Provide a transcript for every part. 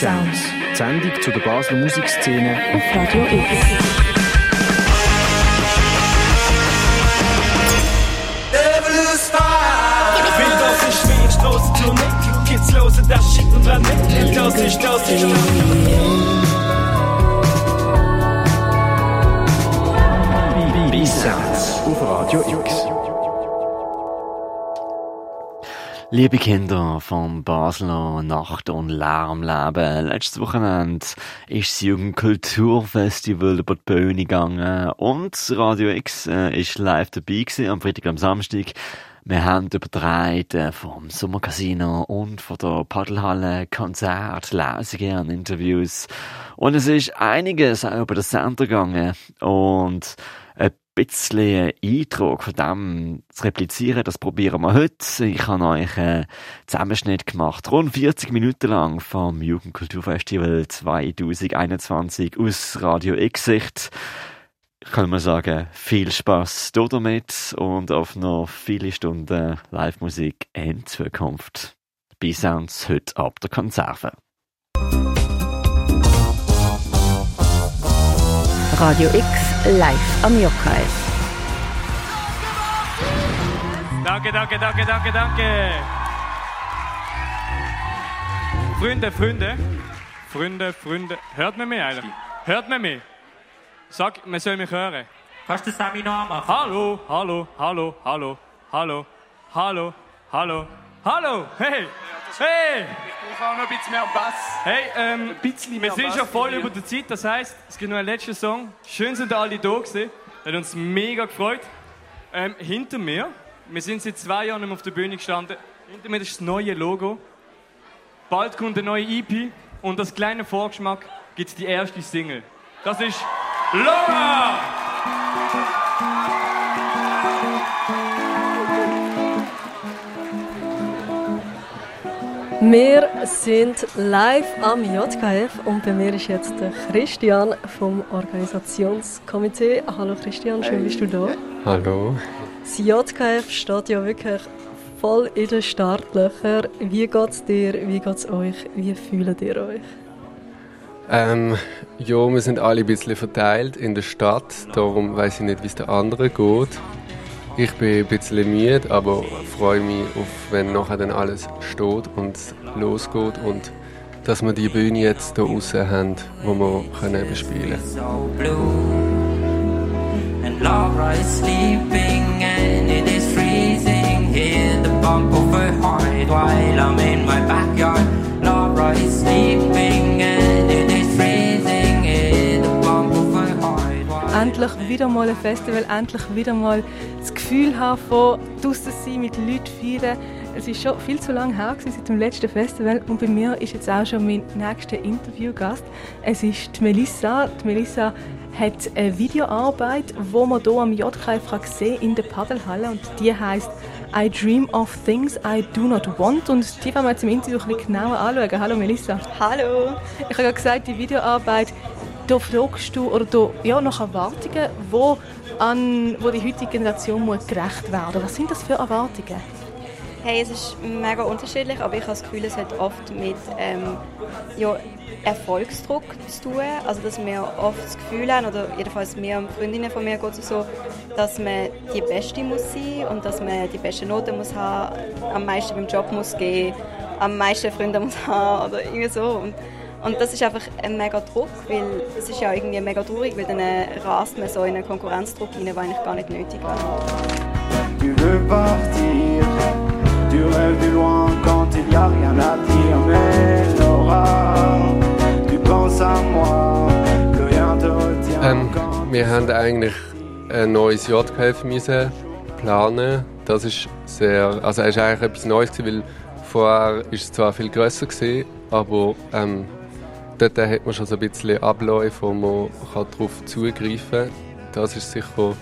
B-Sounds, die Sendung zu der Basler Musikszene auf Radio X. Will das ist wie ich Straße zur Nick, Kids hören das Shit und wenn nicht, das ist B-Sounds auf Radio X. Liebe Kinder vom Basler Nacht- und Lärmleben, letztes Wochenende ist das Jugendkulturfestival über die Bühne gegangen und Radio X ist live dabei gewesen, am Freitag und am Samstag. Wir haben übertragen vom Sommercasino und von der Paddelhalle Konzert, Lesungen und Interviews. Und es ist einiges auch über den Sender gegangen und ein bisschen Eindruck von dem zu replizieren, das probieren wir heute. Ich habe euch einen Zusammenschnitt gemacht, rund 40 Minuten lang vom Jugendkulturfestival 2021 aus Radio X-Sicht. Ich kann mal sagen, viel Spass damit und auf noch viele Stunden Live-Musik in Zukunft. B-Sounds heute ab der Konserve. Radio X live am Jokai. Danke. Freunde. Hört man mich eigentlich? Hört man mich? Sag, man soll mich hören. Kannst du das Sami noch anmachen? Hallo. Hey. Ich brauche auch noch ein bisschen mehr Bass. Hey, wir sind schon voll über der Zeit, das heisst, es gibt noch einen letzten Song. Schön sind alle da gewesen. Hat uns mega gefreut. Hinter mir, wir sind seit 2 Jahren nicht mehr auf der Bühne gestanden. Hinter mir ist das neue Logo. Bald kommt eine neue EP und als kleiner Vorgeschmack gibt es die erste Single. Das ist Laura! Wir sind live am JKF und bei mir ist jetzt der Christian vom Organisationskomitee. Hallo Christian, schön bist du da. Hallo. Das JKF steht ja wirklich voll in den Startlöchern. Wie geht's dir, wie geht's euch, wie fühlt ihr euch? Ja, wir sind alle ein bisschen verteilt in der Stadt, darum weiss ich nicht, wie es den anderen geht. Ich bin ein bisschen müde, aber freue mich auf, wenn nachher dann alles steht und losgeht und dass wir die Bühne jetzt hier draussen haben, wo wir können bespielen Endlich wieder mal ein Festival, endlich wieder mal das Gefühl haben von draussen sein, mit Leuten feiern. Es ist schon viel zu lange her seit dem letzten Festival und bei mir ist jetzt auch schon mein nächster Interviewgast. Es ist die Melissa. Die Melissa hat eine Videoarbeit, die man hier am JKF sehen in der Paddelhalle und die heisst «I dream of things I do not want» und die wollen wir jetzt im Interview ein bisschen genauer anschauen. Hallo Melissa. Hallo. Ich habe ja gesagt, die Videoarbeit, da fragst du oder nach Erwartungen, wo die heutige Generation muss gerecht werden. Was sind das für Erwartungen? Hey, es ist mega unterschiedlich, aber ich habe das Gefühl, es hat oft mit Erfolgsdruck zu tun. Also, dass wir oft das Gefühl haben, oder jedenfalls mir und Freundinnen von mir geht es so, dass man die Beste muss sein und dass man die beste Noten muss haben, am meisten beim Job muss gehen, am meisten Freunde muss haben oder irgendwie so. Und das ist einfach ein mega Druck, weil es ist ja irgendwie mega traurig, weil dann rast man so in einen Konkurrenzdruck rein, der eigentlich gar nicht nötig wäre. Tu veux partir, tu rêves du loin quand il y a rien à dire, mais Laura, tu penses à moi, que rien te retient. Wir haben eigentlich ein neues JKF müssen planen. Das ist es ist eigentlich etwas Neues gewesen, weil vorher war es zwar viel grösser gewesen, aber dort hat man schon so ein bisschen Abläufe, wo man darauf zugreifen kann. Das ist sicher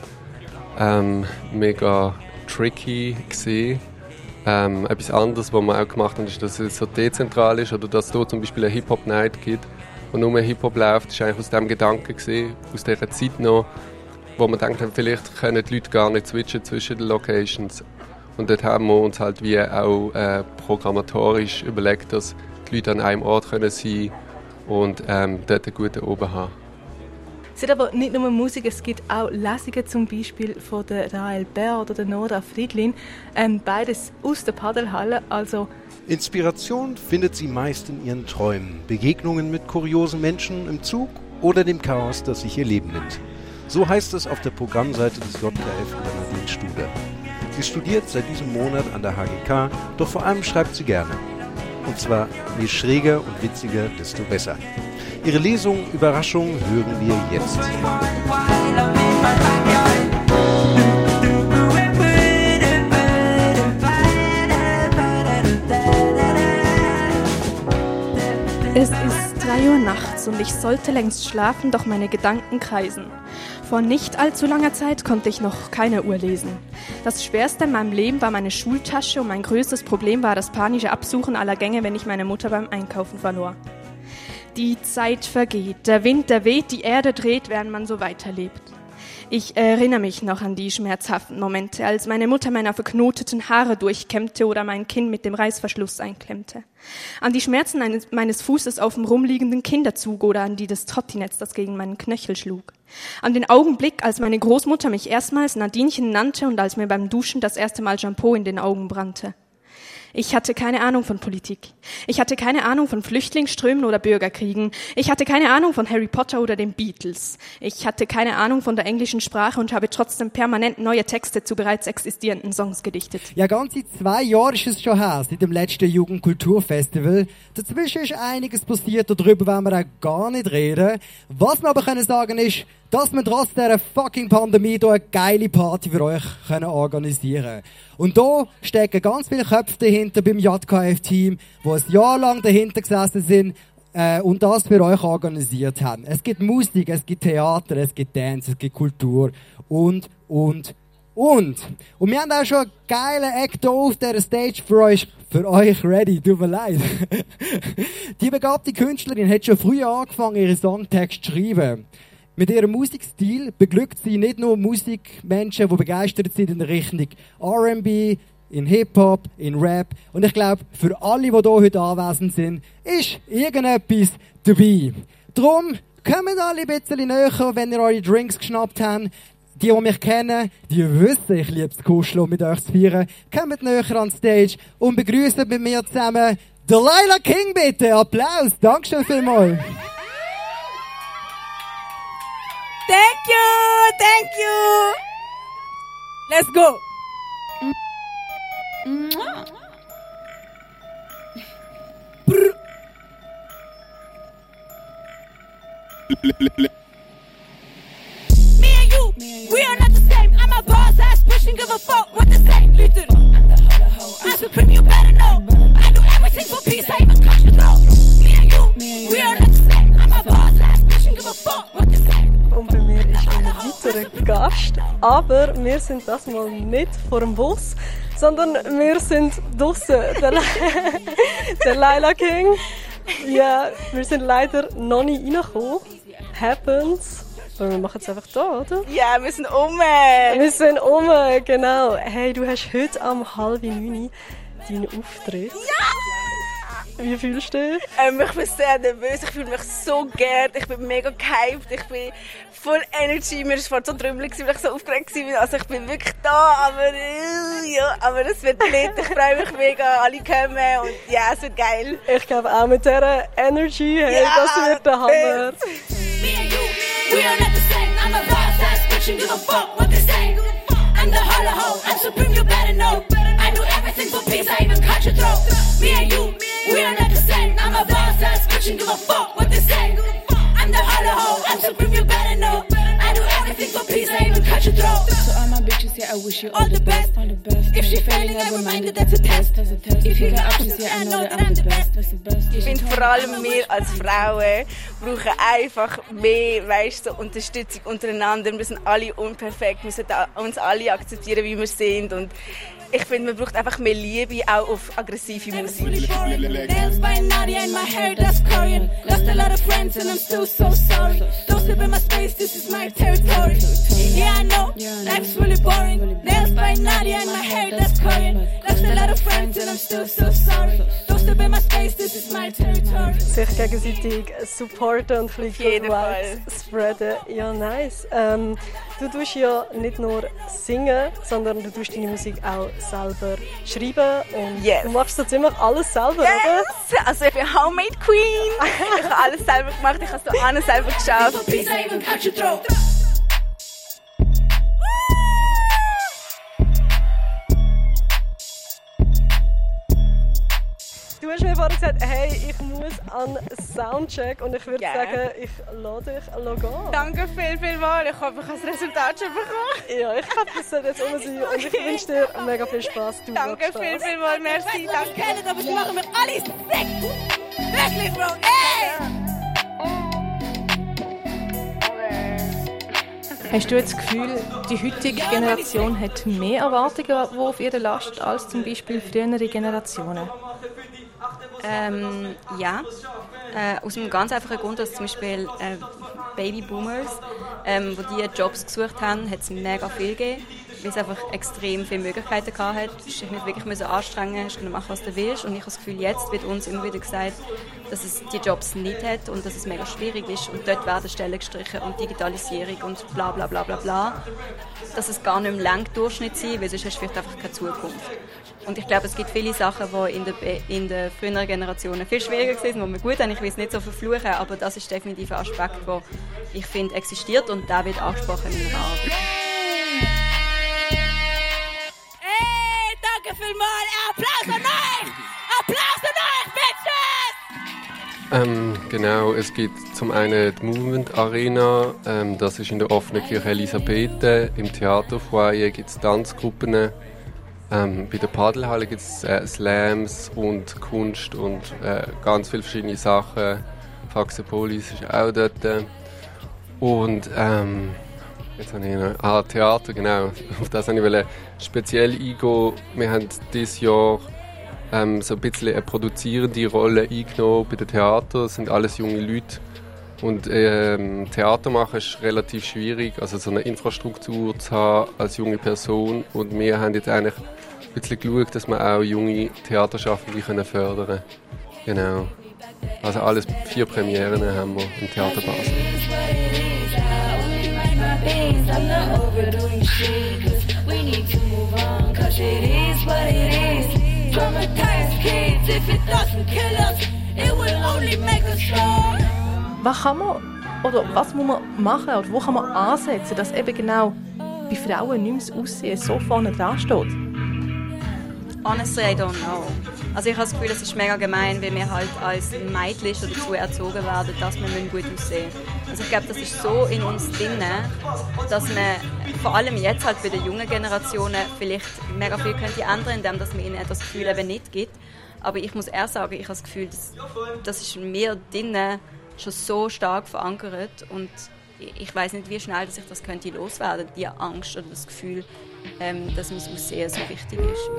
mega tricky gewesen. Etwas anderes, was wir auch gemacht haben, ist, dass es so dezentral ist oder dass es hier zum Beispiel eine Hip-Hop-Night gibt, wo nur Hip-Hop läuft. Das war eigentlich aus dem Gedanken gewesen, aus dieser Zeit noch, wo man denkt, vielleicht können die Leute gar nicht switchen zwischen den Locations. Und dort haben wir uns halt wie auch programmatorisch überlegt, dass die Leute an einem Ort können sein und dort einen guten Oben haben. Es ist aber nicht nur Musik, es gibt auch Lesungen, zum Beispiel von der Rahel Bär oder der Nora Friedlin, beides aus der Paddelhalle, also Inspiration findet sie meist in ihren Träumen, Begegnungen mit kuriosen Menschen im Zug oder dem Chaos, das sich ihr Leben nimmt. So heißt es auf der Programmseite des JKF unter Nadine Studer. Sie studiert seit diesem Monat an der HGK, doch vor allem schreibt sie gerne. Und zwar, je schräger und witziger, desto besser. Ihre Lesung Überraschung hören wir jetzt. Es ist 3 Uhr nachts und ich sollte längst schlafen, doch meine Gedanken kreisen. Vor nicht allzu langer Zeit konnte ich noch keine Uhr lesen. Das Schwerste in meinem Leben war meine Schultasche und mein größtes Problem war das panische Absuchen aller Gänge, wenn ich meine Mutter beim Einkaufen verlor. Die Zeit vergeht, der Wind, der weht, die Erde dreht, während man so weiterlebt. Ich erinnere mich noch an die schmerzhaften Momente, als meine Mutter meine verknoteten Haare durchkämmte oder mein Kinn mit dem Reißverschluss einklemmte. An die Schmerzen meines Fußes auf dem rumliegenden Kinderzug oder an die des Trottinetts, das gegen meinen Knöchel schlug. An den Augenblick, als meine Großmutter mich erstmals Nadinchen nannte und als mir beim Duschen das erste Mal Shampoo in den Augen brannte. Ich hatte keine Ahnung von Politik. Ich hatte keine Ahnung von Flüchtlingsströmen oder Bürgerkriegen. Ich hatte keine Ahnung von Harry Potter oder den Beatles. Ich hatte keine Ahnung von der englischen Sprache und habe trotzdem permanent neue Texte zu bereits existierenden Songs gedichtet. Ja, ganze 2 Jahre ist es schon her, seit dem letzten Jugendkulturfestival. Dazwischen ist einiges passiert, darüber wollen wir auch gar nicht reden. Was wir aber können sagen ist, dass wir trotz dieser fucking Pandemie hier eine geile Party für euch organisieren können. Und da stecken ganz viele Köpfe dahinter beim JKF-Team, die ein Jahr lang dahinter gesessen sind und das für euch organisiert haben. Es gibt Musik, es gibt Theater, es gibt Dance, es gibt Kultur und. Und wir haben auch schon einen geilen Act hier auf dieser Stage für euch ready. Tut mir leid. Die begabte Künstlerin hat schon früh angefangen, ihre Songtexte zu schreiben. Mit ihrem Musikstil beglückt sie nicht nur Musikmenschen, die begeistert sind in der Richtung R&B, in Hip-Hop, in Rap. Und ich glaube, für alle, die hier heute anwesend sind, ist irgendetwas dabei. Darum kommt alle ein bisschen näher, wenn ihr eure Drinks geschnappt habt. Die mich kennen, die wissen, ich liebe es kuscheln und mit euch zu feiern. Kommt näher an die Stage und begrüßt mit mir zusammen Delilah King, bitte. Applaus. Dankeschön vielmals. Thank you. Let's go. Me and you, we are not the same. I'm a boss ass pushing, give a fuck what they say. Listen, I'm supreme, you better know. I do everything for peace, I even cut your throat. Me and you, we are not the same. I'm a boss ass pushing, give a fuck what they say. Und bei mir ist ein weiterer Gast, aber wir sind das mal nicht vor dem Bus, sondern wir sind draussen. Der Lila King. Ja, wir sind leider noch nicht reingekommen. Happens. Aber wir machen es einfach da, oder? Ja, wir sind Wir sind genau. Hey, du hast heute am 8:30 deinen Auftritt. Ja! Wie fühlst du dich? Ich bin sehr nervös, ich fühle mich so geehrt, ich bin mega gehypt, ich bin voll Energy, mir war vorhin so trümmelig, weil ich so aufgeregt war. Also ich bin wirklich da, aber es wird lit, ich freue mich mega, alle kommen und ja, es wird geil. Ich glaube auch mit dieser Energy, hey, ja, das wird der Hammer. We are not the same. I'm a boss ass bitch and give a fuck what they say. I'm the holla hoe, I'm supreme, you better know. I do everything for peace, I even cut your throat. Me and you, we are not the same. I'm a boss ass bitch and give a fuck what they say. I'm the holla hoe, I'm supreme, you better know. I do everything for peace, I even cut your throat. So all my bitches here, I wish you all the best. All the best. If she failing, I remind her that's a test. If you got options here, I know that I'm the best. That's the best. Ich finde vor allem wir als Frauen brauchen einfach mehr, weißt du, so Unterstützung untereinander. Wir sind alle unperfekt, wir sollten uns alle akzeptieren, wie wir sind. Und ich finde, man braucht einfach mehr Liebe, auch auf aggressive Musik. Nails by Nadia in my hair, that's Korean. Lost a lot of friends and I'm still so sorry. Don't step in my space, this is my territory. Yeah, I know, life's really boring. Nails by Nadia in my hair, that's Korean. Lost lost a lot of friends and I'm still so sorry. Don't step in my space, this is my territory. Sich gegenseitig supporten und ein bisschen jeden Fall spreaden. Ja, nice. Du tust ja nicht nur singen, sondern du tust deine Musik auch selber schreiben und du machst so ziemlich alles selber, oder? Also ich bin Homemade Queen. Ich habe alles selber gemacht, ich habe so alles selber geschafft. Du hast mir vorhin gesagt, hey, ich muss an Soundcheck und ich würde sagen, ich lasse dich gehen. Danke vielmals. Ich hoffe, ich habe das Resultat schon bekommen. Ja, ich glaube, das soll jetzt rum sein und ich wünsche dir mega viel Spaß. Danke vielmals, merci. Danke. Aber sie machen mich alle sick. Wirklich, Bro. Ey! Hast du jetzt das Gefühl, die heutige Generation hat mehr Erwartungen, die auf ihr lastet, als zum Beispiel frühere Generationen? Ja. Aus einem ganz einfachen Grund, dass zum Beispiel Babyboomers, wo die Jobs gesucht haben, hat es mega viel gegeben, weil es einfach extrem viele Möglichkeiten gehabt hat. Du musst dich nicht wirklich anstrengen, hast können machen, was du willst. Und ich habe das Gefühl, jetzt wird uns immer wieder gesagt, dass es die Jobs nicht hat und dass es mega schwierig ist. Und dort werden Stellen gestrichen und Digitalisierung und bla bla bla bla bla. Dass es gar nicht mehr lang Durchschnitt sein, weil sonst hast du vielleicht einfach keine Zukunft. Und ich glaube, es gibt viele Sachen, die in den früheren Generationen viel schwieriger waren, die wir gut haben. Ich will es nicht so verfluchen, aber das ist definitiv ein Aspekt, der ich finde existiert und der wird angesprochen in meiner Arbeit. Hey, danke vielmals! Applaus an euch! Applaus an euch, Bitches! Genau, es gibt zum einen die Movement Arena, das ist in der offenen Kirche Elisabethen. Im Theaterfoyer gibt es Tanzgruppen. Bei der Paddelhalle gibt es Slams und Kunst und ganz viele verschiedene Sachen. Faxepolis ist auch dort. Und jetzt habe ich noch Theater, genau. Auf das wollte ich speziell eingehen. Wir haben dieses Jahr so ein bisschen eine produzierende Rolle eingenommen bei den Theatern. Das sind alles junge Leute. Und Theater machen ist relativ schwierig, also so eine Infrastruktur zu haben als junge Person. Und wir haben jetzt eigentlich ein bisschen geschaut, dass wir auch junge Theaterschaffende fördern können. Genau. Also alles 4 Premieren haben wir im Theater Basel. Was kann man oder was muss man machen oder wo kann man ansetzen, dass eben genau bei Frauen nicht mehr das Aussehen so vorne dran steht? Honestly, I don't know. Also ich habe das Gefühl, es ist mega gemein, weil wir halt als Mädchen schon dazu erzogen werden, dass wir gut aussehen müssen. Also ich glaube, das ist so in uns drin, dass wir vor allem jetzt halt bei den jungen Generationen vielleicht mega viel könnte ändern, indem dass man ihnen das Gefühl eben nicht gibt. Aber ich muss eher sagen, ich habe das Gefühl, das ist in mir drin schon so stark verankert und ich weiß nicht, wie schnell dass ich das könnte loswerden, die Angst oder das Gefühl, dass mein Aussehen so wichtig ist.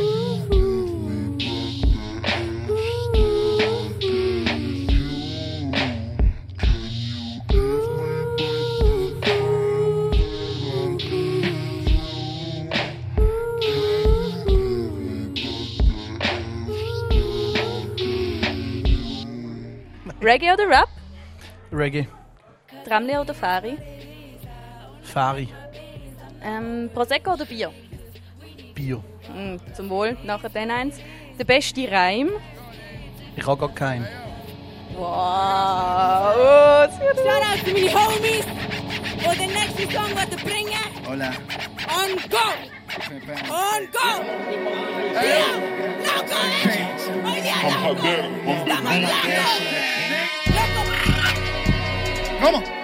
Reggae oder Rap? Reggae. Tramli oder Fari? Fari. Prosecco oder Bier? Bier. Zum Wohl, nachher dann eins. Der beste Reim? Ich habe gar keinen. Wow! Shout out to meine Homies, die den nächsten Song bringen. Hola. On go! On go! Hey. Loco! Komm on!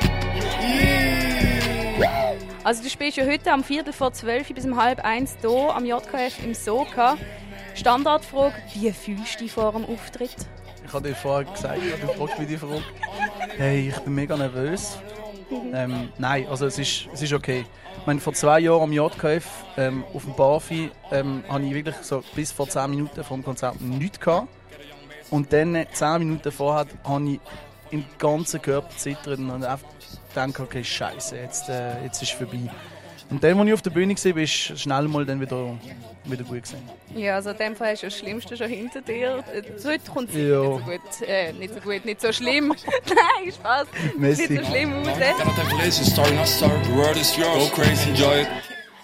Also du spielst ja heute am 11:45 bis um 12:30 hier am JKF im Soka. Standardfrage, wie fühlst du dich vor dem Auftritt? Ich habe dir vorher gesagt, du fragst mich die Frage. Hey, ich bin mega nervös. Nein, also es ist okay. Ich meine, vor 2 Jahren am JKF auf dem Barfi hatte ich wirklich so bis vor 10 Minuten vor dem Konzert nichts gehabt. Und dann 10 Minuten vorher habe ich im ganzen Körper zittern und einfach gedacht, okay, Scheiße, jetzt ist es vorbei. Und dann, als ich auf der Bühne war, ist schnell mal dann wieder gut gewesen. Ja, also in dem Fall ist das Schlimmste schon hinter dir. Heute kommt es nicht so schlimm. Nein, Spaß. Nicht so schlimm raus. The world is yours. Go crazy, enjoy it.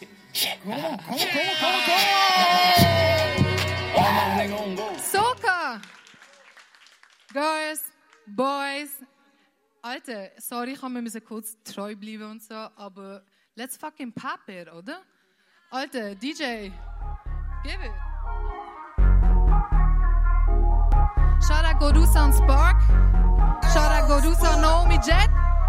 Soca! Girls, Boys. Alter, sorry, ich musste kurz treu bleiben und so, aber let's fucking pop it, oder? Alter, DJ, give it. Shout out Gorusa und Spark. Shout out Gorusa und Naomi Jet.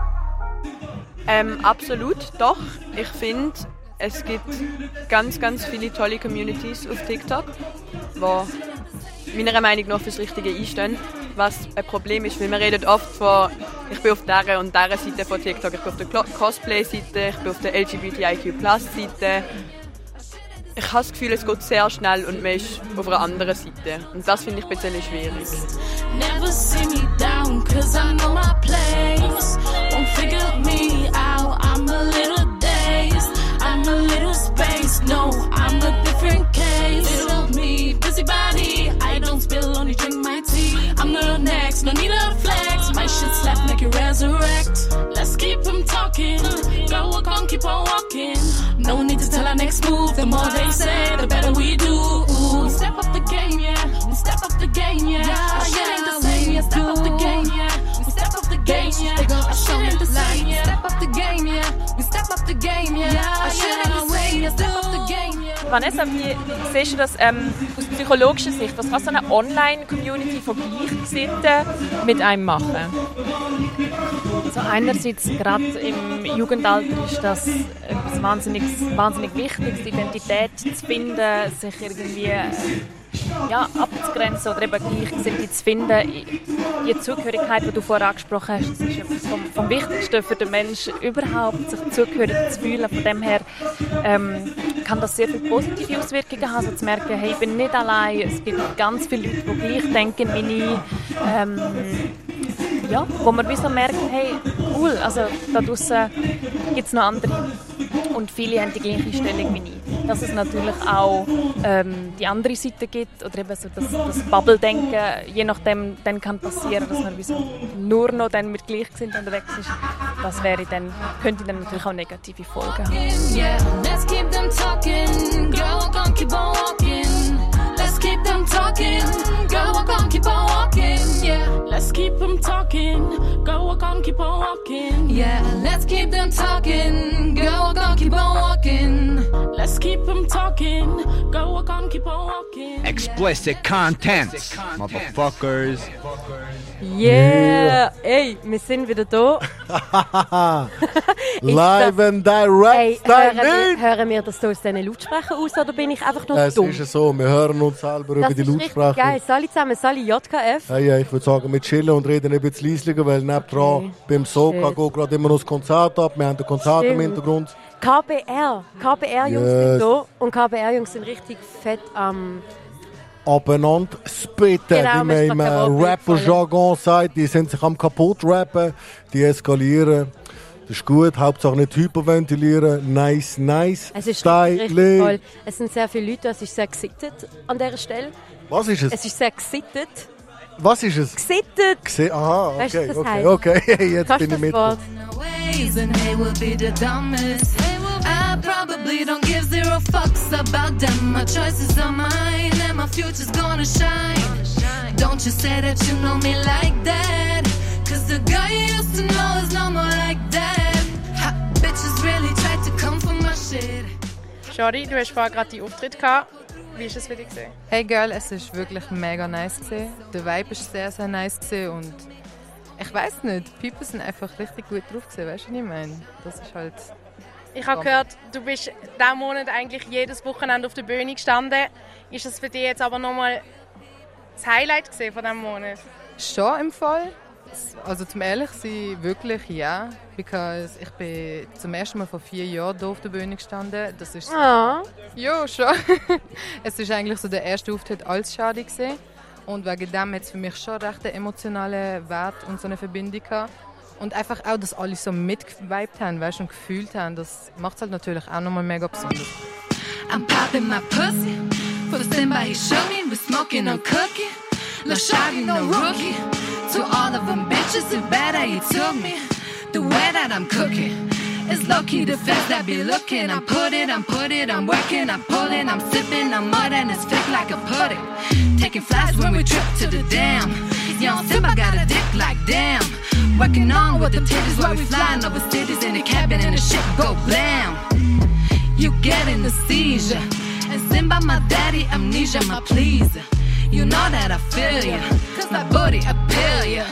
Absolut, doch. Ich finde, es gibt ganz, ganz viele tolle Communities auf TikTok, die meiner Meinung nach fürs Richtige einstehen. Was ein Problem ist, weil man redet oft von, ich bin auf dieser und dieser Seite von TikTok, ich bin auf der Cosplay-Seite, ich bin auf der LGBTIQ+-Seite. Ich habe das Gefühl, es geht sehr schnell und man ist auf einer anderen Seite. Und das finde ich ein bisschen schwierig. Never see me down, cause I know my place. Won't figure me out, I'm a little dazed. I'm a little space, no, I'm a different case. Little me, busybody, I don't spill, only drink my tea. I'm the next, no need a flex. My shit slap, make it resurrect. Let's keep them talking, girl, we're gonna keep on walking. No need to tell our next move, the more they say, the better we do. We step up the game, yeah, we step up the game, yeah. Our shit ain't the same, yeah, step up the game, yeah. We step up the game, yeah. Our shit ain't the same, yeah. Step up the game, yeah. We step up the game, yeah. Our shit ain't the same, yeah. Step up the game, yeah. Vanessa, wie siehst du das aus psychologischer Sicht? Was kann so eine Online-Community von Gleichgesinnten mit einem machen? Also einerseits, gerade im Jugendalter, ist das etwas wahnsinnig Wichtiges, die Identität zu finden, sich irgendwie abzugrenzen oder eben Gleichgesinnte zu finden. Die Zugehörigkeit, die du vorher angesprochen hast, das ist etwas vom Wichtigsten für den Menschen überhaupt, sich zugehörig zu fühlen. Von dem her kann das sehr viele positive Auswirkungen haben, also zu merken, hey, ich bin nicht allein, es gibt ganz viele Leute, die gleich denken wie ich. Wo man wie so merkt, hey, cool, also da draussen gibt es noch andere und viele haben die gleiche Stellung wie ich. Dass es natürlich auch die andere Seite gibt oder eben so das Bubble-Denken, je nachdem dann kann passieren, dass man wie so nur noch dann mit Gleichgesinnten unterwegs ist. Das könnte dann natürlich auch negative Folgen haben. Yeah, let's keep them talking, girl, we're gonna keep on walking. Let's keep them talking, girl, we're gonna keep on walking. Yeah, let's keep them talking, girl, we're gonna keep on walking. Yeah, let's keep them talking, girl, we're gonna keep on walking. Let's keep them talking, girl, we're gonna keep on walking. Explicit content, motherfuckers. Yeah! Ey, wir sind wieder da. Live and direct. Hören wir das so aus diesen Lautsprechern aus oder bin ich einfach noch dumm? Es ist so, wir hören uns selber über die Lautsprecher. Geil, alle zusammen, alle JKF. Ja, ich würde sagen, wir chillen und reden ein bisschen leislicher, weil nebendran beim Soca geht gerade immer noch das Konzert ab. Wir haben ein Konzert im Hintergrund. KBR-Jungs sind da und KBR-Jungs sind richtig fett am... abeinander spitten, wie man im Rapper-Jargon sagt. Die sind sich am kaputt-rappen, die eskalieren. Das ist gut, Hauptsache nicht hyperventilieren. Nice. Es ist richtig toll. Es sind sehr viele Leute, es ist sehr gesittet an dieser Stelle. Was ist es? Es ist sehr gesittet. Was ist es? Gesittet. Aha, okay. Jetzt bin ich mit. I probably don't give zero fucks about them. My choices are mine and my future's gonna shine. Don't you say that you know me like that, cause the guy you used to know is no more like that. Hot bitches really tried to come for my shit. Shorty, du hast vorher gerade die Auftritt gehabt. Wie ist es für dich gewesen? Hey Girl, es ist wirklich mega nice gewesen. Der Vibe ist sehr, sehr nice gewesen und ich weiss nicht, die People sind einfach richtig gut drauf gewesen, weißt du, was ich meine? Das ist halt... Ich habe gehört, du bist diesen Monat eigentlich jedes Wochenende auf der Bühne gestanden. Ist das für dich jetzt aber nochmal das Highlight von diesem Monat? Schon im Fall. Also zum ehrlich sein, wirklich ja. Because ich bin zum ersten Mal vor 4 Jahren hier auf der Bühne gestanden. Das ist Ja, schon. Es war eigentlich so der erste Auftritt als Shadi gewesen. Und wegen dem hat es für mich schon recht einen emotionalen Wert und so eine Verbindung gehabt. Und einfach auch, dass alle so mitgeweibt haben, weißt, und gefühlt haben, das macht es halt natürlich auch nochmal mega besonders. I'm popping my pussy for the somebody show me. We're smoking on cookie. La shawty no rookie. To all of them bitches, it better you took me. The way that I'm cooking is low-key the fast that be looking. I'm put it, I'm working, I'm pulling, I'm sipping, I'm mud and it's thick like a pudding. Taking flights when we trip to the dam. Young Simba got a dick like damn. Working on with the titties while we flying over cities in the cabin and the shit go blam. You getting the seizure. And Simba, my daddy, amnesia, my pleaser. You know that I feel ya, cause my booty appeal ya.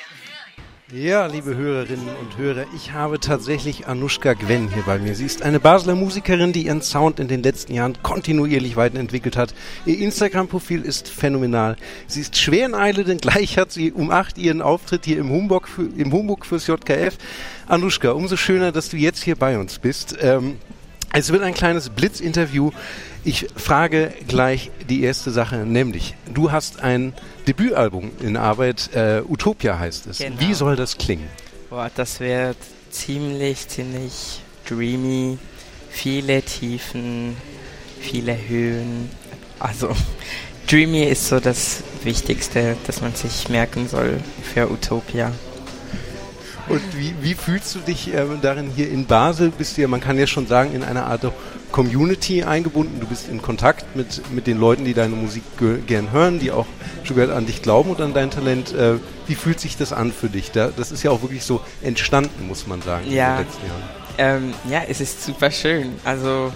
Ja, liebe Hörerinnen und Hörer, ich habe tatsächlich Anushka Gwen hier bei mir. Sie ist eine Basler Musikerin, die ihren Sound in den letzten Jahren kontinuierlich weiterentwickelt hat. Ihr Instagram-Profil ist phänomenal. Sie ist schwer in Eile, denn gleich hat sie um 8 ihren Auftritt hier im Humbug fürs JKF. Anushka, umso schöner, dass du jetzt hier bei uns bist. Es wird ein kleines Blitzinterview. Ich frage gleich die erste Sache, nämlich, du hast ein Debütalbum in Arbeit, Utopia heißt es. Genau. Wie soll das klingen? Boah, das wird ziemlich dreamy, viele Tiefen, viele Höhen. Also, dreamy ist so das Wichtigste, das man sich merken soll für Utopia. Und wie fühlst du dich darin hier in Basel? Bist du ja, man kann ja schon sagen, in einer Art Community eingebunden. Du bist in Kontakt mit den Leuten, die deine Musik gern hören, die auch schon an dich glauben und an dein Talent. Wie fühlt sich das an für dich? Das ist ja auch wirklich so entstanden, muss man sagen, in den letzten Jahren. Ja, es ist super schön. Also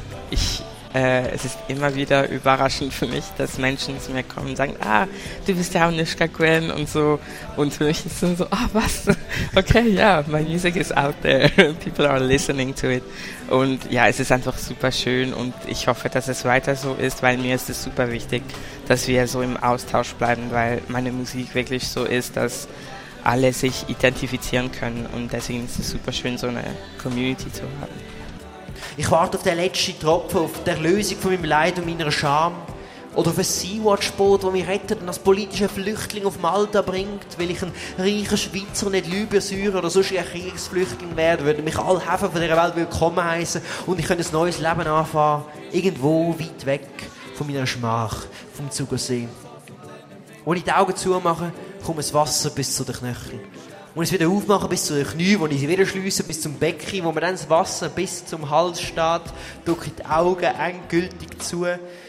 es ist immer wieder überraschend für mich, dass Menschen zu mir kommen und sagen, du bist ja Anushka Gwen und so. Und für mich ist es so, was? Okay, ja, my music is out there. People are listening to it. Und ja, es ist einfach super schön und ich hoffe, dass es weiter so ist, weil mir ist es super wichtig, dass wir so im Austausch bleiben, weil meine Musik wirklich so ist, dass alle sich identifizieren können und deswegen ist es super schön, so eine Community zu haben. Ich warte auf den letzten Tropfen, auf die Erlösung von meinem Leid und meiner Scham. Oder auf ein Sea-Watch-Boot, das mich rettet und als politischer Flüchtling auf Malta bringt, weil ich ein reicher Schweizer und nicht Libyen, Syrien oder sonst ein Kriegsflüchtling werde, würden mich alle Häfen von dieser Welt willkommen heißen und ich könnte ein neues Leben anfangen, irgendwo weit weg von meiner Schmach, vom Zugersee. Wenn ich die Augen zumache, kommt das Wasser bis zu den Knöcheln. Und es wieder aufmachen bis zu den Knien, wo ich sie wieder schliesse bis zum Becken, wo mir dann das Wasser bis zum Hals steht, drücke ich die Augen endgültig zu.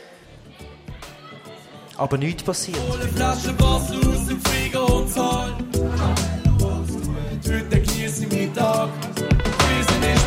Aber nichts passiert. Hol eine Flasche Wasser aus dem Flieger und zahl. Heute genieße ich meinen Tag. Wir sind nicht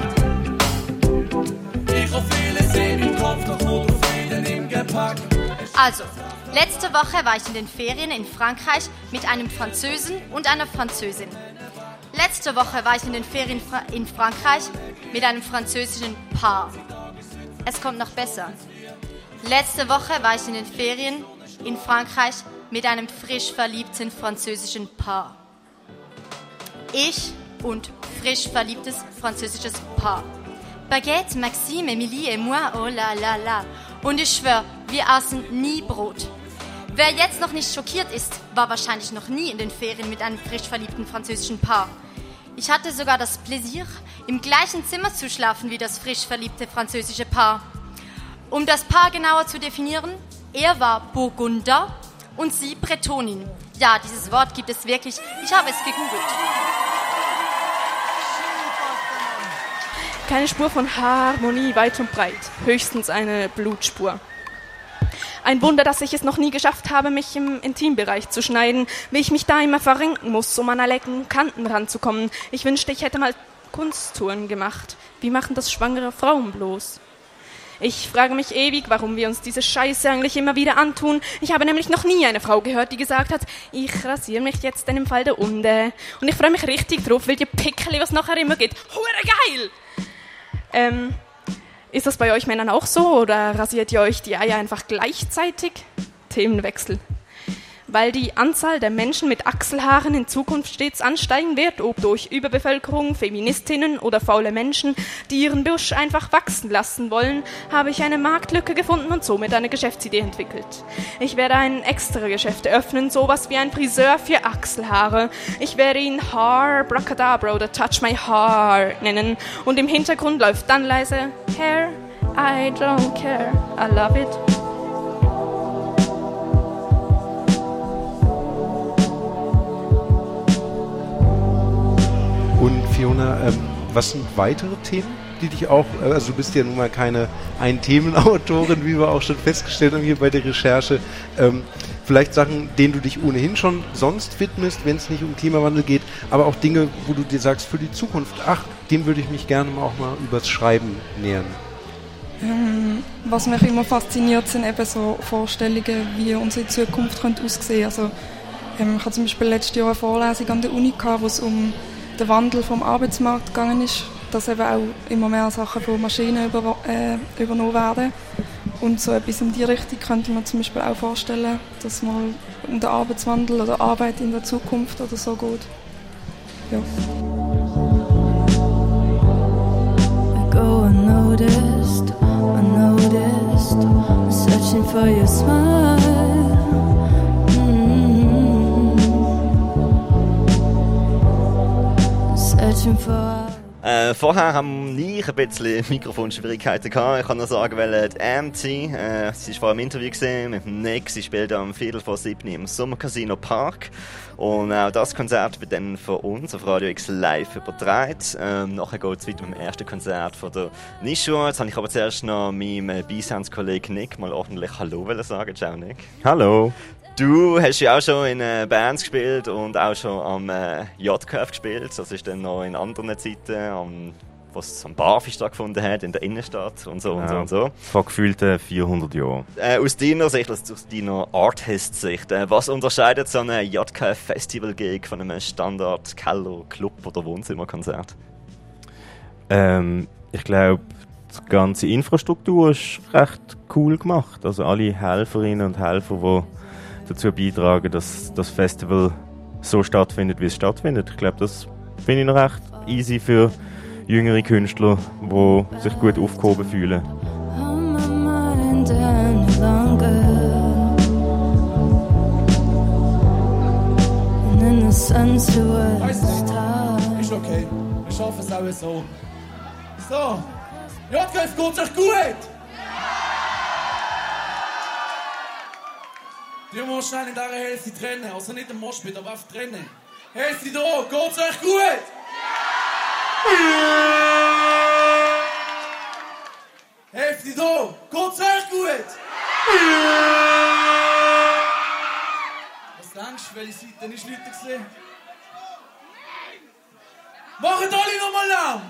belebt. Ich habe viele Seen im Kopf, doch nur viele im Gepäck. Also, letzte Woche war ich in den Ferien in Frankreich mit einem Französen und einer Französin. Letzte Woche war ich in den Ferien in Frankreich mit einem französischen Paar. Es kommt noch besser. Letzte Woche war ich in den Ferien in Frankreich mit einem frisch verliebten französischen Paar. Ich und frisch verliebtes französisches Paar. Baguette, Maxime, Emilie et moi, oh la la la. Und ich schwör, wir aßen nie Brot. Wer jetzt noch nicht schockiert ist, war wahrscheinlich noch nie in den Ferien mit einem frisch verliebten französischen Paar. Ich hatte sogar das Pläsier, im gleichen Zimmer zu schlafen wie das frisch verliebte französische Paar. Um das Paar genauer zu definieren, er war Burgunder und sie Bretonin. Ja, dieses Wort gibt es wirklich. Ich habe es gegoogelt. Keine Spur von Harmonie weit und breit, höchstens eine Blutspur. Ein Wunder, dass ich es noch nie geschafft habe, mich im Intimbereich zu schneiden, wie ich mich da immer verrenken muss, um an alle Ecken und Kanten ranzukommen. Ich wünschte, ich hätte mal Kunsttouren gemacht. Wie machen das schwangere Frauen bloß? Ich frage mich ewig, warum wir uns diese Scheiße eigentlich immer wieder antun. Ich habe nämlich noch nie eine Frau gehört, die gesagt hat, ich rasiere mich jetzt in dem Fall der Unde. Und ich freue mich richtig drauf, weil die Pickel, was nachher immer geht. Hure geil! Ist das bei euch Männern auch so oder rasiert ihr euch die Eier einfach gleichzeitig? Themenwechsel. weil die Anzahl der Menschen mit Achselhaaren in Zukunft stets ansteigen wird, ob durch Überbevölkerung, Feministinnen oder faule Menschen, die ihren Busch einfach wachsen lassen wollen, habe ich eine Marktlücke gefunden und somit eine Geschäftsidee entwickelt. Ich werde ein extra Geschäft eröffnen, sowas wie ein Friseur für Achselhaare. Ich werde ihn Haar Bracadabra oder Touch My Haar nennen und im Hintergrund läuft dann leise Hair, I don't care, I love it. Und Fiona, was sind weitere Themen, die dich auch, also du bist ja nun mal keine Ein-Themen-Autorin, wie wir auch schon festgestellt haben hier bei der Recherche, vielleicht Sachen, denen du dich ohnehin schon sonst widmest, wenn es nicht um Klimawandel geht, aber auch Dinge, wo du dir sagst, für die Zukunft, dem würde ich mich gerne auch mal übers Schreiben nähern. Was mich immer fasziniert, sind eben so Vorstellungen, wie unsere Zukunft könnte aussehen. Also, ich hatte zum Beispiel letztes Jahr eine Vorlesung an der Uni, wo es um den Wandel vom Arbeitsmarkt gegangen ist, dass eben auch immer mehr Sachen von Maschinen übernommen werden. Und so etwas in die Richtung könnte man zum Beispiel auch vorstellen, dass man um den Arbeitswandel oder Arbeit in der Zukunft oder so geht. Ja. I go unnoticed, searching for your smile. Vorher haben wir ein bisschen Mikrofonschwierigkeiten gehabt. Ich kann nur sagen, weil die MT, sie war vorher im Interview gesehen mit dem Nick, sie spielt am 6:45 im Sommercasino Park. Und auch das Konzert wird dann von uns auf Radio X live übertragen. Nachher geht es weiter mit dem ersten Konzert von der Nishua. Jetzt habe ich aber zuerst noch meinem Beisands-Kollegen Nick mal ordentlich Hallo sagen. Ciao Nick. Hallo. Du hast ja auch schon in Bands gespielt und auch schon am JKF gespielt. Das ist dann noch in anderen Zeiten, was am Barfi stattgefunden hat, in der Innenstadt und so und so und so. Vor gefühlten 400 Jahren. Aus deiner Sicht, also aus deiner Artist-Sicht, was unterscheidet so ein JKF-Festival-Gig von einem Standard-Keller-, Club- oder Wohnzimmerkonzert? Ich glaube, die ganze Infrastruktur ist recht cool gemacht. Also alle Helferinnen und Helfer, die dazu beitragen, dass das Festival so stattfindet, wie es stattfindet. Ich glaube, das finde ich noch recht easy für jüngere Künstler, die sich gut aufgehoben fühlen. Ist okay. Wir schaffen es auch so. So, JKF, geht's euch gut? Die muss schnell in dieser Hälfte trennen, also nicht im Moshpit, aber einfach trennen. Hälfte da, geht's euch gut? Hälfte da, geht's euch gut? Was denkst du, welche Seite ist Leute gesehen? Machen alle nochmal Lärm!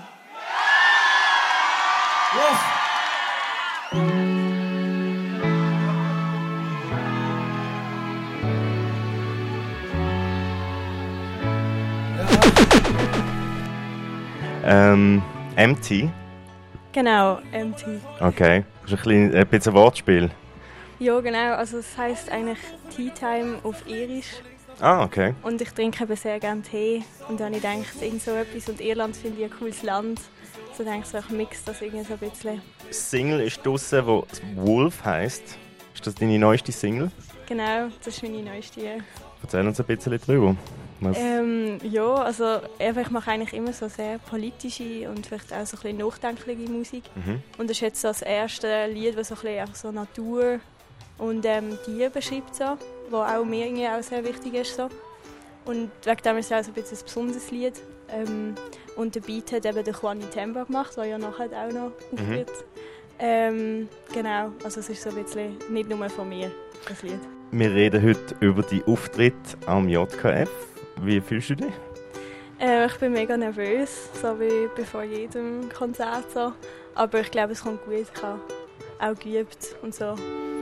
MT? Genau, MT. Okay, das ist ein bisschen Wortspiel. Ja, genau. Also es heisst eigentlich Tea Time auf Irisch. Ah, okay. Und ich trinke eben sehr gerne Tee. Und dann habe ich gedacht, irgend so etwas. Und Irland finde ich ein cooles Land. So denke ich, so ein Mix das irgendwie so ein bisschen. Single ist draussen, die Wolf heisst. Ist das deine neueste Single? Genau, das ist meine neueste. Erzähl uns ein bisschen drüber. Ja, also ich mache eigentlich immer so sehr politische und vielleicht auch so ein bisschen nachdenkliche Musik. Und das ist jetzt so das erste Lied, das so ein bisschen einfach so Natur und die beschreibt, so, wo auch mir irgendwie auch sehr wichtig ist. So. Und wegen dem ist es auch so ein bisschen ein besonderes Lied. Und den Beat hat eben der Juani Temba gemacht, der ja nachher auch noch auftritt. Genau, also es ist so ein bisschen nicht nur von mir, das Lied. Wir reden heute über die Auftritte am JKF. Wie fühlst du dich? Ich bin mega nervös, so wie bevor jedem Konzert. So. Aber ich glaube, es kommt gut. Ich habe auch geübt und so.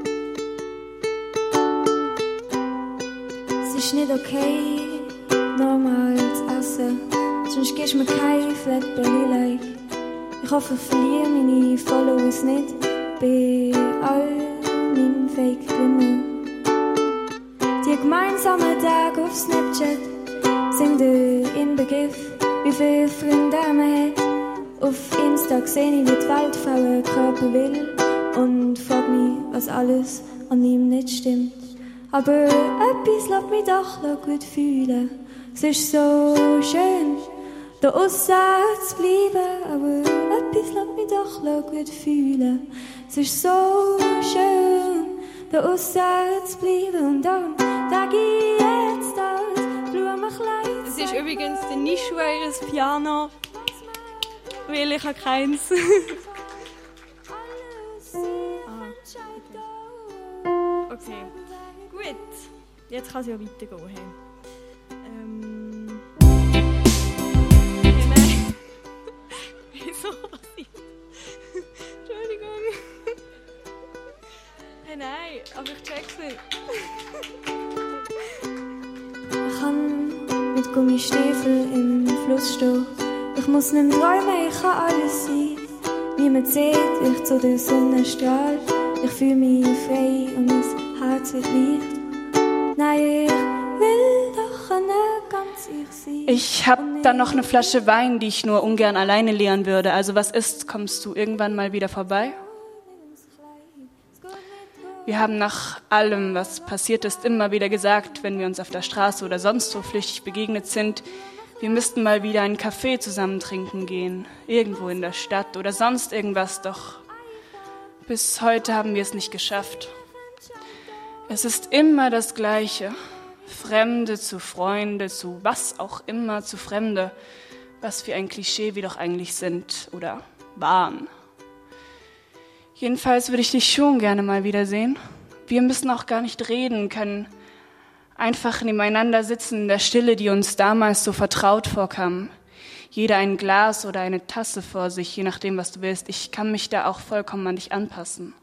Es ist nicht okay, normal zu essen. Sonst gibst du mir kein Flat Belly like. Ich hoffe, ich verliere meine Followers nicht bei all meinem Fake-Glimmer. Die gemeinsamen Tage auf Snapchat sind der Inbegriff, wie viele Freunde man hat. Auf Insta sehe ich, wie die Welt von einem Körper will und frag mich, was alles an ihm nicht stimmt. Aber etwas lässt mich doch gut fühlen. Es ist so schön, da aussen zu bleiben, aber etwas lässt mich doch gut fühlen. Es ist so schön, da aussen zu bleiben und dann trage ich jetzt das Blumenkleid. Es ist übrigens der Nishu ihres Piano, weil ich habe keins. Okay, gut. Jetzt kann es ja weitergehen. Hey. Nein. Wieso passiert? Entschuldigung. Hey, nein, aber ich check's nicht. Ich kann mit Gummistiefeln im Fluss stehen. Ich muss nicht träumen, ich kann alles sein. Niemand sieht, wie ich zu der Sonne strahl. Ich fühle mich frei und mein Herz wird leicht. Nein, ich will doch ganz ich sein. Ich hab dann noch eine Flasche Wein, die ich nur ungern alleine leeren würde. Also was ist, kommst du irgendwann mal wieder vorbei? Wir haben nach allem, was passiert ist, immer wieder gesagt, wenn wir uns auf der Straße oder sonst wo flüchtig begegnet sind, wir müssten mal wieder einen Kaffee zusammen trinken gehen, irgendwo in der Stadt oder sonst irgendwas, doch bis heute haben wir es nicht geschafft. Es ist immer das Gleiche, Fremde zu Freunde, zu was auch immer zu Fremde, was für ein Klischee wir doch eigentlich sind oder waren. Jedenfalls würde ich dich schon gerne mal wiedersehen. Wir müssen auch gar nicht reden, können einfach nebeneinander sitzen in der Stille, die uns damals so vertraut vorkam. Jeder ein Glas oder eine Tasse vor sich, je nachdem, was du willst. Ich kann mich da auch vollkommen an dich anpassen.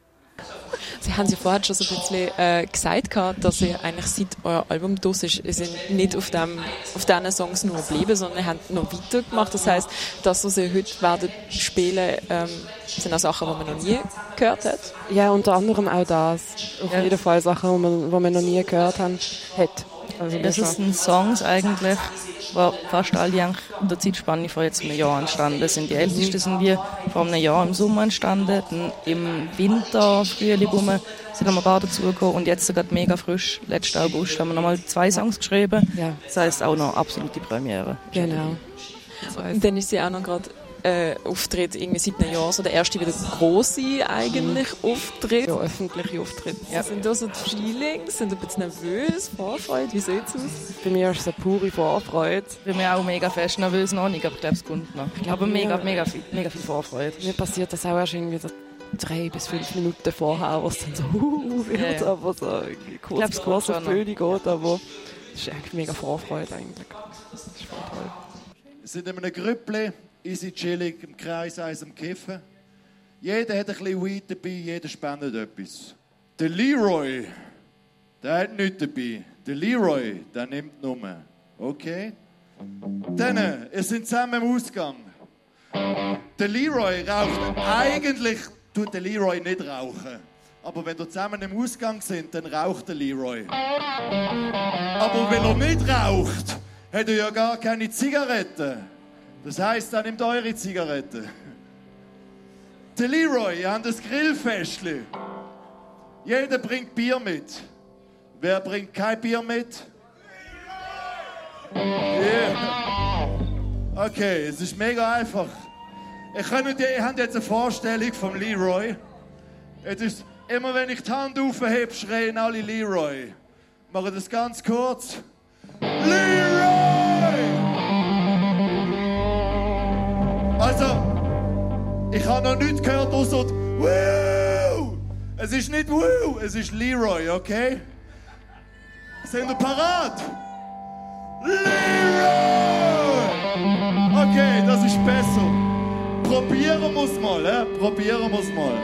Sie haben ja vorhin schon so ein bisschen gesagt, dass Sie eigentlich seit euer Album draussen ist, Sie sind nicht auf diesen Songs nur geblieben, sondern Sie haben noch weitergemacht. Das heisst, das, was Sie heute werden spielen, sind auch Sachen, die man noch nie gehört hat? Ja, unter anderem auch das. Auf jeden Fall Sachen, die man noch nie gehört hat. Also das sind Songs eigentlich, die fast alle in der Zeitspanne von jetzt einem Jahr entstanden sind. Die ältesten sind wir vor einem Jahr im Sommer entstanden, dann im Winter, Frühling sind wir ein paar dazugekommen und jetzt sogar mega frisch, letzten August haben wir nochmal 2 Songs geschrieben. Ja. Das heisst auch noch absolute Premiere. Genau. Und dann ist sie auch noch gerade Auftritt irgendwie seit einem Jahr, so der erste wieder grosse eigentlich Auftritt. Ja, öffentliche Auftritt. Ja. Sind da so die Feelings? Sind ein bisschen nervös, Vorfreude? Wie sieht es aus? Bei mir ist es eine pure Vorfreude. Bei mir auch mega fest nervös noch nicht, aber ich glaube, es kommt noch. Aber mega viel Vorfreude. Mir passiert das auch erst irgendwie so 3 bis 5 Minuten vorher, was dann so wird, ja. Aber so kurz auf die Bühne geht, aber es ist eigentlich mega Vorfreude eigentlich. Das ist voll toll. Wir sind in einem Grüppli, easy chillig, im Kreis eins am Kiffen. Jeder hat ein bisschen Weed dabei, jeder spendet etwas. Der Leroy, der hat nichts dabei. Der Leroy, der nimmt nur. Okay? Dann, ihr seid zusammen im Ausgang. Der Leroy raucht. Eigentlich tut der Leroy nicht rauchen. Aber wenn ihr zusammen im Ausgang sind, dann raucht der Leroy. Aber wenn er nicht raucht, hat er ja gar keine Zigaretten. Das heisst, er nimmt eure Zigaretten. Der Leroy, ihr habt ein Grillfestli. Jeder bringt Bier mit. Wer bringt kein Bier mit? Yeah. Okay, es ist mega einfach. Ihr habt jetzt eine Vorstellung vom Leroy. Es ist, immer wenn ich die Hand aufhebe, schreien alle Leroy. Machen das ganz kurz. Leroy! Also, ich habe noch nichts gehört, außer Woo! Es ist nicht Woo, es ist Leroy, okay? Sind wir parat? Leroy! Okay, das ist besser. Probieren wir es mal, Probieren wir es mal.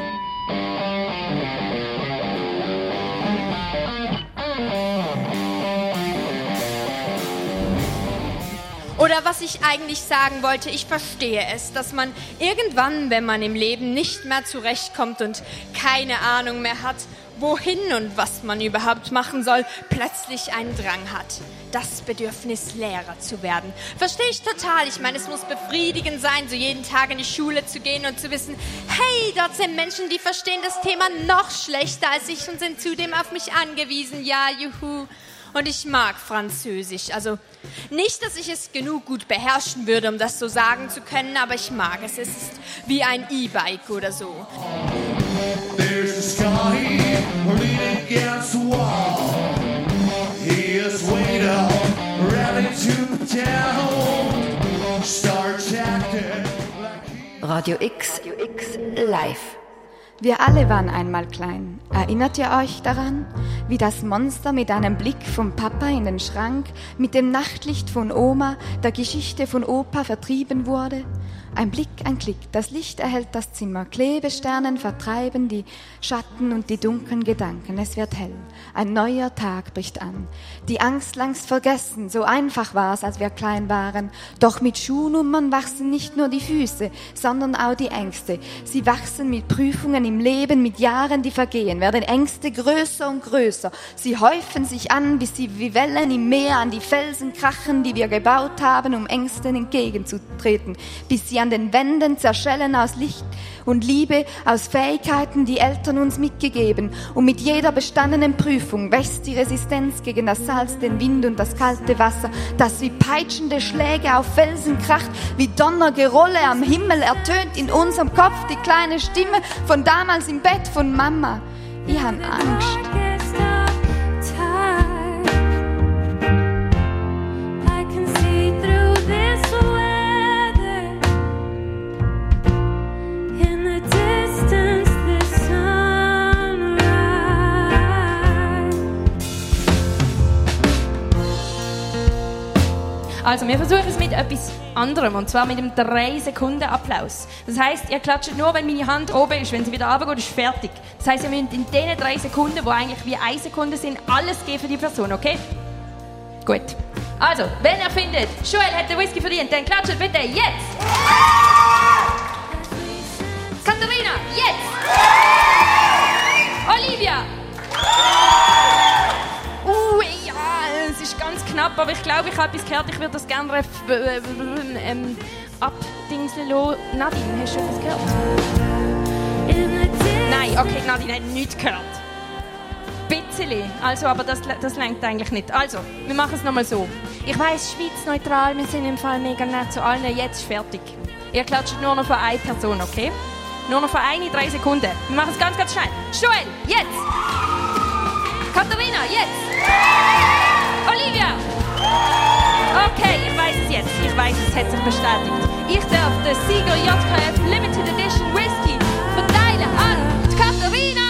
Oder was ich eigentlich sagen wollte, ich verstehe es, dass man irgendwann, wenn man im Leben nicht mehr zurechtkommt und keine Ahnung mehr hat, wohin und was man überhaupt machen soll, plötzlich einen Drang hat. Das Bedürfnis, Lehrer zu werden. Verstehe ich total. Ich meine, es muss befriedigend sein, so jeden Tag in die Schule zu gehen und zu wissen, hey, dort sind Menschen, die verstehen das Thema noch schlechter als ich und sind zudem auf mich angewiesen. Ja, juhu. Und ich mag Französisch. Also nicht, dass ich es genug gut beherrschen würde, um das so sagen zu können, aber ich mag es. Es ist wie ein E-Bike oder so. There's a sky leaning against the wall. He is way down, ready to town. Start acting like Radio X live. Wir alle waren einmal klein. Erinnert ihr euch daran, wie das Monster mit einem Blick vom Papa in den Schrank, mit dem Nachtlicht von Oma, der Geschichte von Opa vertrieben wurde? Ein Blick, ein Klick, das Licht erhellt das Zimmer, Klebesternen vertreiben die Schatten und die dunklen Gedanken. Es wird hell, ein neuer Tag bricht an. Die Angst längst vergessen, so einfach war's, als wir klein waren. Doch mit Schuhnummern wachsen nicht nur die Füße, sondern auch die Ängste. Sie wachsen mit Prüfungen im Leben, mit Jahren, die vergehen, werden Ängste größer und größer. Sie häufen sich an, bis sie wie Wellen im Meer an die Felsen krachen, die wir gebaut haben, um Ängsten entgegenzutreten, bis sie an den Wänden zerschellen aus Licht und Liebe, aus Fähigkeiten, die Eltern uns mitgegeben. Und mit jeder bestandenen Prüfung wächst die Resistenz gegen das Salz, den Wind und das kalte Wasser, das wie peitschende Schläge auf Felsen kracht, wie Donnergerolle am Himmel ertönt in unserem Kopf die kleine Stimme von damals im Bett von Mama. Ich hab Angst. Also wir versuchen es mit etwas anderem, und zwar mit einem 3-Sekunden-Applaus. Das heisst, ihr klatscht nur, wenn meine Hand oben ist. Wenn sie wieder runtergeht, ist fertig. Das heisst, ihr müsst in diesen 3 Sekunden, die eigentlich wie 1 Sekunde sind, alles geben für die Person, okay? Gut. Also, wenn ihr findet, Joel hat den Whisky verdient, dann klatscht bitte jetzt! Katharina, jetzt! Olivia! Ja, es ist ganz knapp, aber ich glaube, ich habe etwas gehört. Ich würde das gerne abdingseln lassen. Nadine, hast du etwas gehört? Nein, okay, Nadine hat nichts gehört. Bisschen. Also, aber das reicht eigentlich nicht. Also, wir machen es nochmal so. Ich weiss, Schweiz neutral, wir sind im Fall mega nett zu allen. Jetzt ist fertig. Ihr klatscht nur noch für eine Person, okay? Nur noch für 3 Sekunden. Wir machen es ganz, ganz schnell. Joel, jetzt! Katharina, jetzt! Olivia! Okay, ich weiss es jetzt. Ich weiss, es hat sich bestätigt. Ich darf den Sieger JKF Limited Edition Whisky verteilen an die Katharina!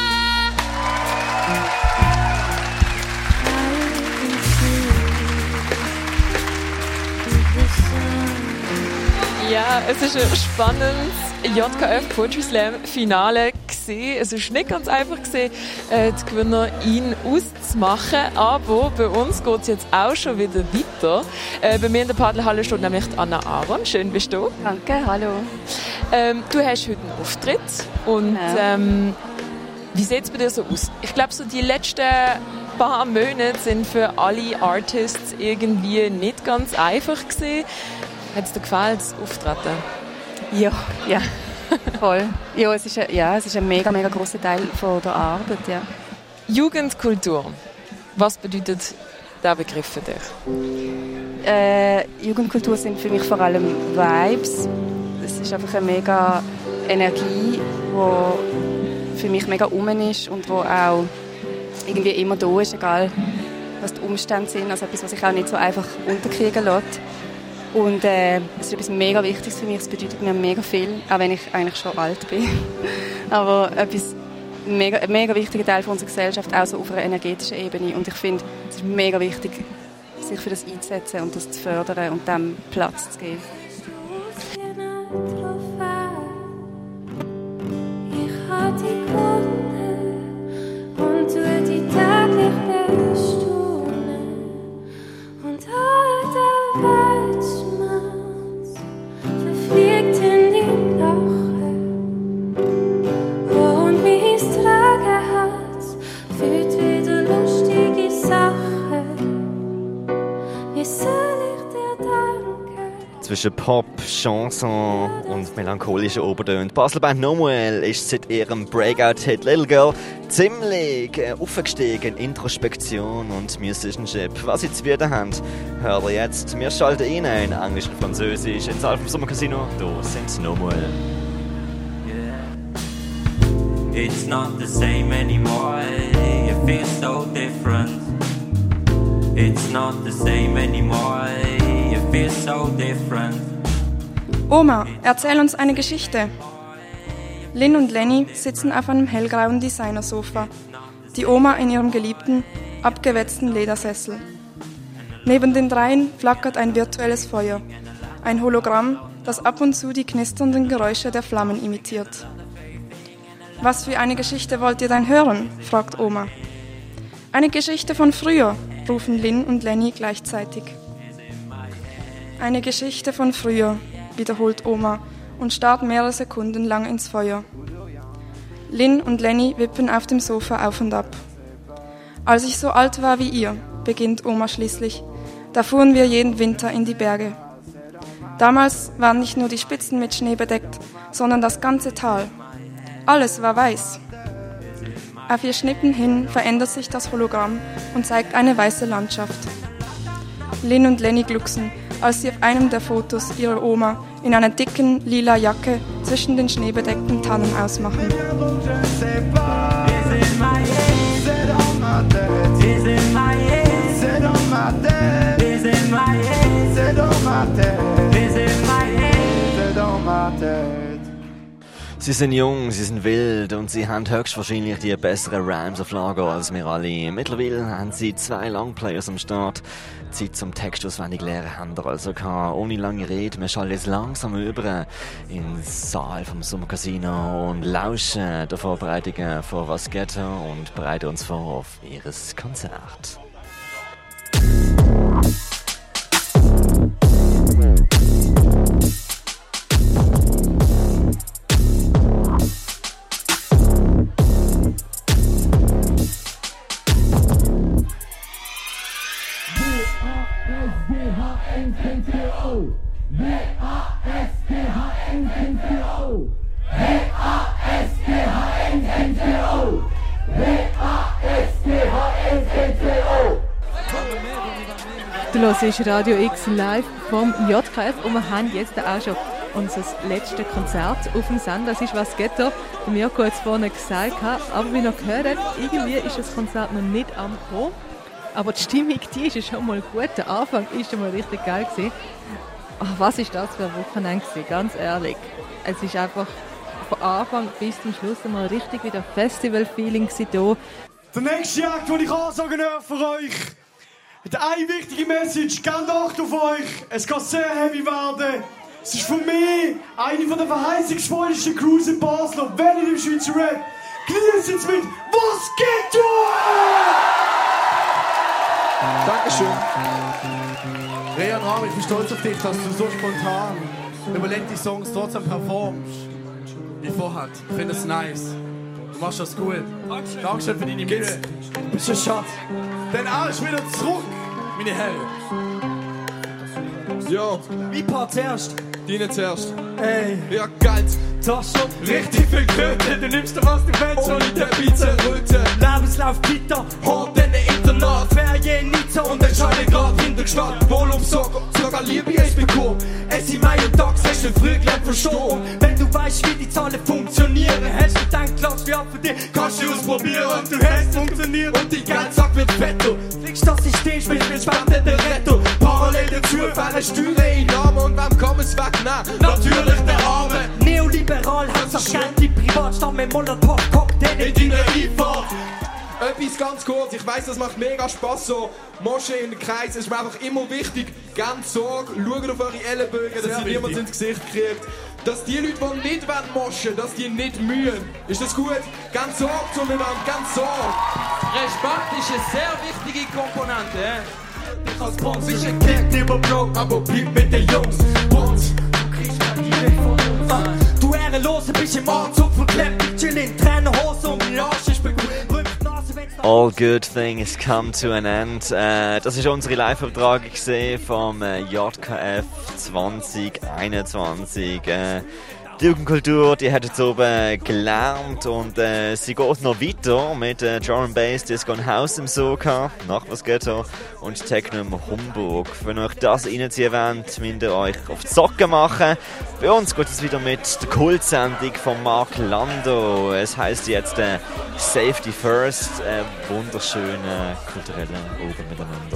Ja, es ist ein spannendes JKF Poetry Slam Finale gewesen. Es ist nicht ganz einfach gewesen, die Gewinnerin auszumachen, aber bei uns geht es jetzt auch schon wieder weiter. Bei mir in der Padelhalle steht nämlich Anna Aaron. Schön bist du. Danke, hallo. Du hast heute einen Auftritt und wie sieht es bei dir so aus? Ich glaube, so die letzten paar Monate sind für alle Artists irgendwie nicht ganz einfach gewesen. Hat es dir gefallen, das Auftreten? Ja, voll. Ja, es ist ein mega, mega grosser Teil von der Arbeit, ja. Jugendkultur. Was bedeutet dieser Begriff für dich? Jugendkultur sind für mich vor allem Vibes. Es ist einfach eine mega Energie, die für mich mega rum ist und die auch irgendwie immer da ist, egal was die Umstände sind. Also etwas, was sich auch nicht so einfach unterkriegen lässt. Und es ist etwas mega Wichtiges für mich, es bedeutet mir mega viel, auch wenn ich eigentlich schon alt bin. Aber ein mega wichtiger Teil von unserer Gesellschaft, auch so auf einer energetischen Ebene. Und ich finde, es ist mega wichtig, sich für das einzusetzen und das zu fördern und dem Platz zu geben. Ich habe die Kunde und tue die täglich bestaunen und all der Weltschmerz verfliegt in die Lache und mein Trageherz zwischen Pop, Chanson und melancholischen Obertönen. Die Basler Band Nomuel ist seit ihrem Breakout-Hit Little Girl ziemlich aufgestiegen in Introspektion und Musicianship. Was sie zu bieten haben, hört ihr jetzt. Wir schalten rein in Englisch und Französisch ins Alpha Sommercasino. Da sind Nomuel. It's not the same anymore, it feels so different. It's not the same anymore, it feels so different. Oma, erzähl uns eine Geschichte. Lynn und Lenny sitzen auf einem hellgrauen Designersofa. Die Oma in ihrem geliebten, abgewetzten Ledersessel. Neben den dreien flackert ein virtuelles Feuer. Ein Hologramm, das ab und zu die knisternden Geräusche der Flammen imitiert. Was für eine Geschichte wollt ihr denn hören? Fragt Oma. Eine Geschichte von früher, rufen Lynn und Lenny gleichzeitig. Eine Geschichte von früher, wiederholt Oma und starrt mehrere Sekunden lang ins Feuer. Lynn und Lenny wippen auf dem Sofa auf und ab. Als ich so alt war wie ihr, beginnt Oma schließlich, da fuhren wir jeden Winter in die Berge. Damals waren nicht nur die Spitzen mit Schnee bedeckt, sondern das ganze Tal. Alles war weiß. Auf ihr Schnippen hin verändert sich das Hologramm und zeigt eine weiße Landschaft. Lynn und Lenny glucksen, als sie auf einem der Fotos ihrer Oma in einer dicken, lila Jacke zwischen den schneebedeckten Tannen ausmachen. Sie sind jung, sie sind wild und sie haben höchstwahrscheinlich die besseren Rhymes auf Lager als wir alle. Mittlerweile haben sie 2 Longplayers am Start. Zeit zum Text auswendig lernen haben wir also gehabt. Ohne lange Rede, wir schalten jetzt langsam über ins Saal vom Sommercasino und lauschen der Vorbereitungen vor Was Ghetto und bereiten uns vor auf ihres Konzert. Du hörst Radio X live vom JKF und wir haben jetzt auch schon unser letztes Konzert auf dem Sender. Das ist «Was Ghetto», wie Mirko jetzt vorne gesagt hat. Aber wie ihr gehört habt, irgendwie ist das Konzert noch nicht am Kommen. Aber die Stimmung, die ist schon mal gut. Der Anfang ist schon mal richtig geil gewesen. Ach, was ist das für ein Wochenende gewesen, ganz ehrlich. Es ist einfach von Anfang bis zum Schluss mal richtig wieder Festival-Feeling hier. Der nächste Jagd, den ich ansagen darf für euch, hat eine wichtige Message. Gebt Acht auf euch. Es kann sehr heavy werden. Es ist für mich eine der verheißungsvollsten Crews in Basel. Wenn ihr im Schweizer Rap, genießt jetzt mit «Was geht du?» Dankeschön. Rehan Rahm, ich bin stolz auf dich, dass du so spontan überlegte Songs trotzdem performst. Wie vorhat. Ich finde es nice. Du machst das gut. Dankeschön für deine Mühe. Du bist ein Schatz. Dann alles wieder zurück, meine Herren. Ja. Wie Part zuerst? Deine zuerst. Ey. Ja, geil. Tasche, richtig viel Kröte. Du nimmst dir was du willst, ohne der Pizza Röte. Lebenslauf Gitter, hart in der Internat. Ferien Nizza und entscheide grad hinter Stadt. Wohl sogar Liebe ist bekommen. Es ist mein Tag, hast du früh gleich verstanden. Wenn du weißt, wie die Zahlen funktionieren, hast du gedacht, Glas für für dich, kannst du ausprobieren. Und du hast funktioniert und die Geldsack wird fetto. Fliegst das System, spielst mit Spenden der Retto. Parallel dazu fahren Steuern in Namen und wem kann es wegnehmen? Natürlich der Arme. Neoliberal, Hausagent, die Privatstadt mit Molotow-Cocktail in deiner Einfahrt. Etwas ganz kurz, ich weiss, das macht mega Spass so. Moschee in den Kreis ist mir einfach immer wichtig. Ganz Sorge, schaut auf eure Ellenbögen, dass ihr niemand ins Gesicht kriegt. Dass die Leute, die nicht moschen, dass die nicht mühen. Ist das gut? Ganz Sorge zueinander, ganz Sorge. Respekt ist eine sehr wichtige Komponente. Ich als Pons ist ein Kind über Broke, aber bleib mit den Jungs. Pons, du kriegst keine von uns. Du Ehrenlose bist im Anzug verklebt, chill in Trainerhose und mein Arsch ist begrüßt. Rümpft Nase, wenn's All good things come to an end. Das ist unsere Live-Übertragung vom JKF 2021. Die Jugendkultur, die hat jetzt oben gelernt und sie geht noch weiter mit Drum and Bass, Disco und House im Soka, Nachbarsghetto und Techno im Homburg. Wenn ihr euch das reinziehen wollt, müsst ihr euch auf die Socken machen. Bei uns geht es wieder mit der Kultsendung von Mark Lando. Es heisst jetzt Safety First, wunderschöne kulturelle Oben miteinander.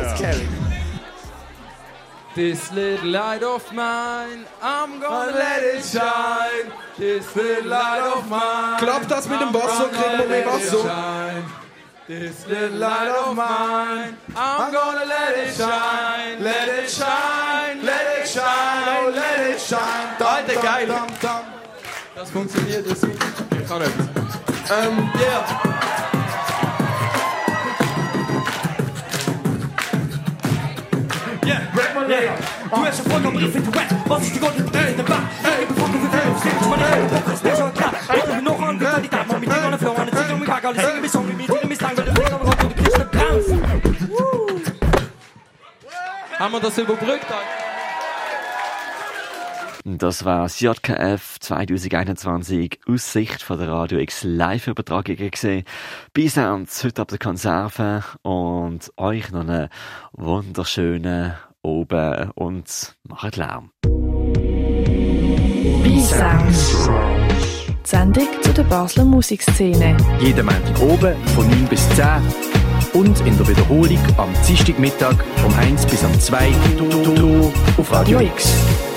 This little light of mine, I'm gonna let it shine. This little light of mine. Klappt das mit dem Bass, so kriegen wir mehr Bass. This little light of mine, I'm gonna let it shine. Let it shine, let it shine, oh let it shine. Alter, geil. Das funktioniert, das kann etwas. Yeah. Yeah, yeah. Du hast schon vollkommen Riff in Wett. Was ist die goldene Brille in der Back? Ich bin fucking für Film, stimmt, meine Bock ist mir schon klar. Ich bin noch an Kandidat, man mit dir an der Flow, an der Ziege und mit Kack, alle singen bis Song, mit dir misslang, weil der Finger am Rand und du kriegst den Krampf. Haben wir das überbrückt? Das war das JKF 2021 aus Sicht von der Radio X Live-Übertragung gesehen. Bis ans heute ab der Konserve und euch noch einen wunderschönen Oben und macht Lärm. B-Sounds. Die Sendung zu der Basler Musikszene. Jeden Montag oben von 9 bis 10 und in der Wiederholung am Dienstagmittag vom 1 bis am 2 auf Radio X.